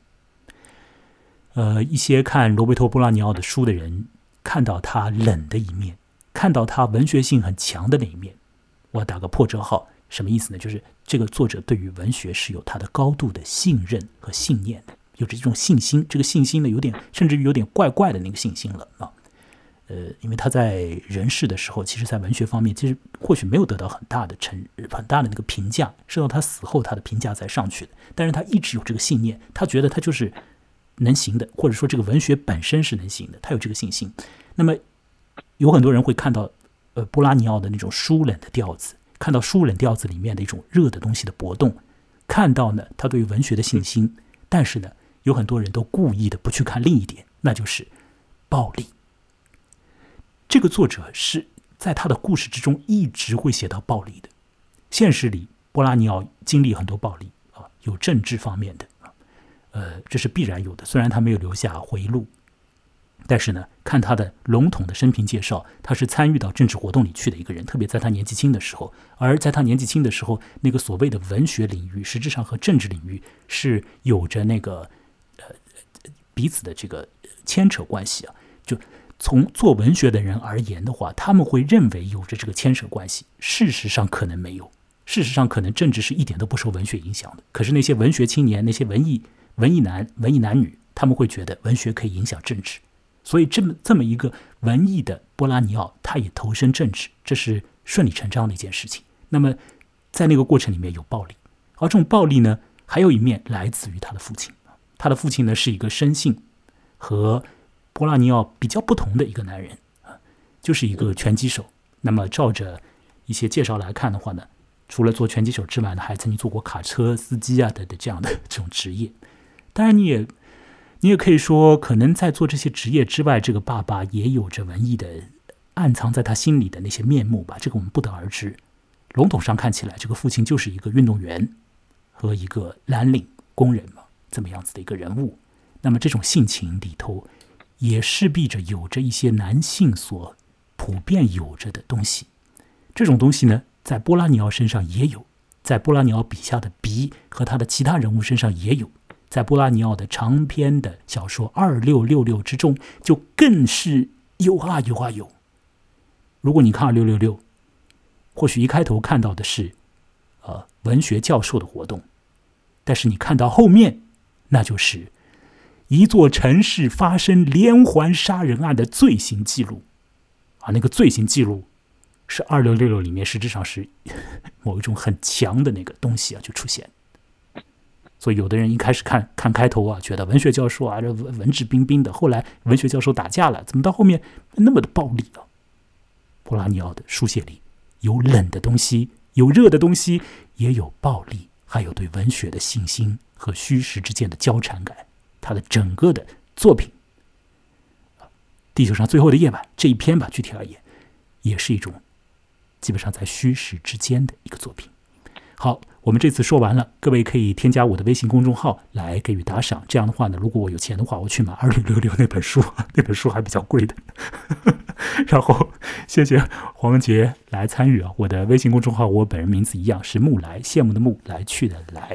的。一些看罗贝托·波拉尼奥的书的人，看到他冷的一面，看到他文学性很强的那一面。我打个破折号，什么意思呢？就是这个作者对于文学是有他的高度的信任和信念的，有着这种信心。这个信心呢，甚至于有点怪怪的那个信心了啊。因为他在人世的时候，其实在文学方面，其实或许没有得到很大的那个评价，是到他死后他的评价才上去的。但是他一直有这个信念，他觉得他就是能行的，或者说这个文学本身是能行的，他有这个信心。那么有很多人会看到波拉尼奥的那种疏冷的调子，看到疏冷调子里面的一种热的东西的搏动，看到呢他对于文学的信心。但是呢，有很多人都故意的不去看另一点，那就是暴力。这个作者是在他的故事之中一直会写到暴力的。现实里，波拉尼奥经历很多暴力有政治方面的这是必然有的。虽然他没有留下回忆录，但是呢，看他的笼统的生平介绍，他是参与到政治活动里去的一个人，特别在他年纪轻的时候。而在他年纪轻的时候，那个所谓的文学领域，实质上和政治领域是有着那个彼此的这个牵扯关系啊。就从做文学的人而言的话，他们会认为有着这个牵扯关系，事实上可能没有。事实上可能政治是一点都不受文学影响的。可是那些文学青年，那些文艺男女，他们会觉得文学可以影响政治。所以这么一个文艺的波拉尼奥，他也投身政治，这是顺理成章的一件事情。那么在那个过程里面有暴力，而这种暴力呢，还有一面来自于他的父亲。他的父亲呢，是一个生性和波拉尼奥比较不同的一个男人，就是一个拳击手。那么照着一些介绍来看的话呢，除了做拳击手之外呢，还曾经做过卡车司机啊的这样的这种职业。当然你也可以说，可能在做这些职业之外，这个爸爸也有着文艺的暗藏在他心里的那些面目吧，这个我们不得而知。笼统上看起来，这个父亲就是一个运动员和一个蓝领工人嘛，这么样子的一个人物。那么这种性情里头，也势必着有着一些男性所普遍有着的东西。这种东西呢，在波拉尼奥身上也有，在波拉尼奥笔下的鼻和他的其他人物身上也有，在波拉尼奥的长篇的小说2666之中，就更是有啊有啊有。如果你看2666，或许一开头看到的是文学教授的活动，但是你看到后面，那就是一座城市发生连环杀人案的罪行记录那个罪行记录是2666里面实质上是某一种很强的那个东西就出现。所以有的人一开始看开头觉得文学教授这文质彬彬的，后来文学教授打架了，怎么到后面那么的暴力了？波拉尼奥的书写里有冷的东西，有热的东西，也有暴力，还有对文学的信心和虚实之间的交缠感。他的整个的作品地球上最后的夜晚这一篇吧，具体而言也是一种基本上在虚实之间的一个作品。好，我们这次说完了，各位可以添加我的微信公众号来给予打赏。这样的话呢，如果我有钱的话，我去买2666那本书，那本书还比较贵的。然后谢谢黄文杰来参与我的微信公众号，我本人名字一样是木来，羡慕的慕，来去的来。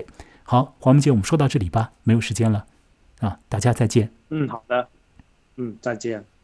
好，黄文杰，我们说到这里吧，没有时间了啊，大家再见。 好的，再见。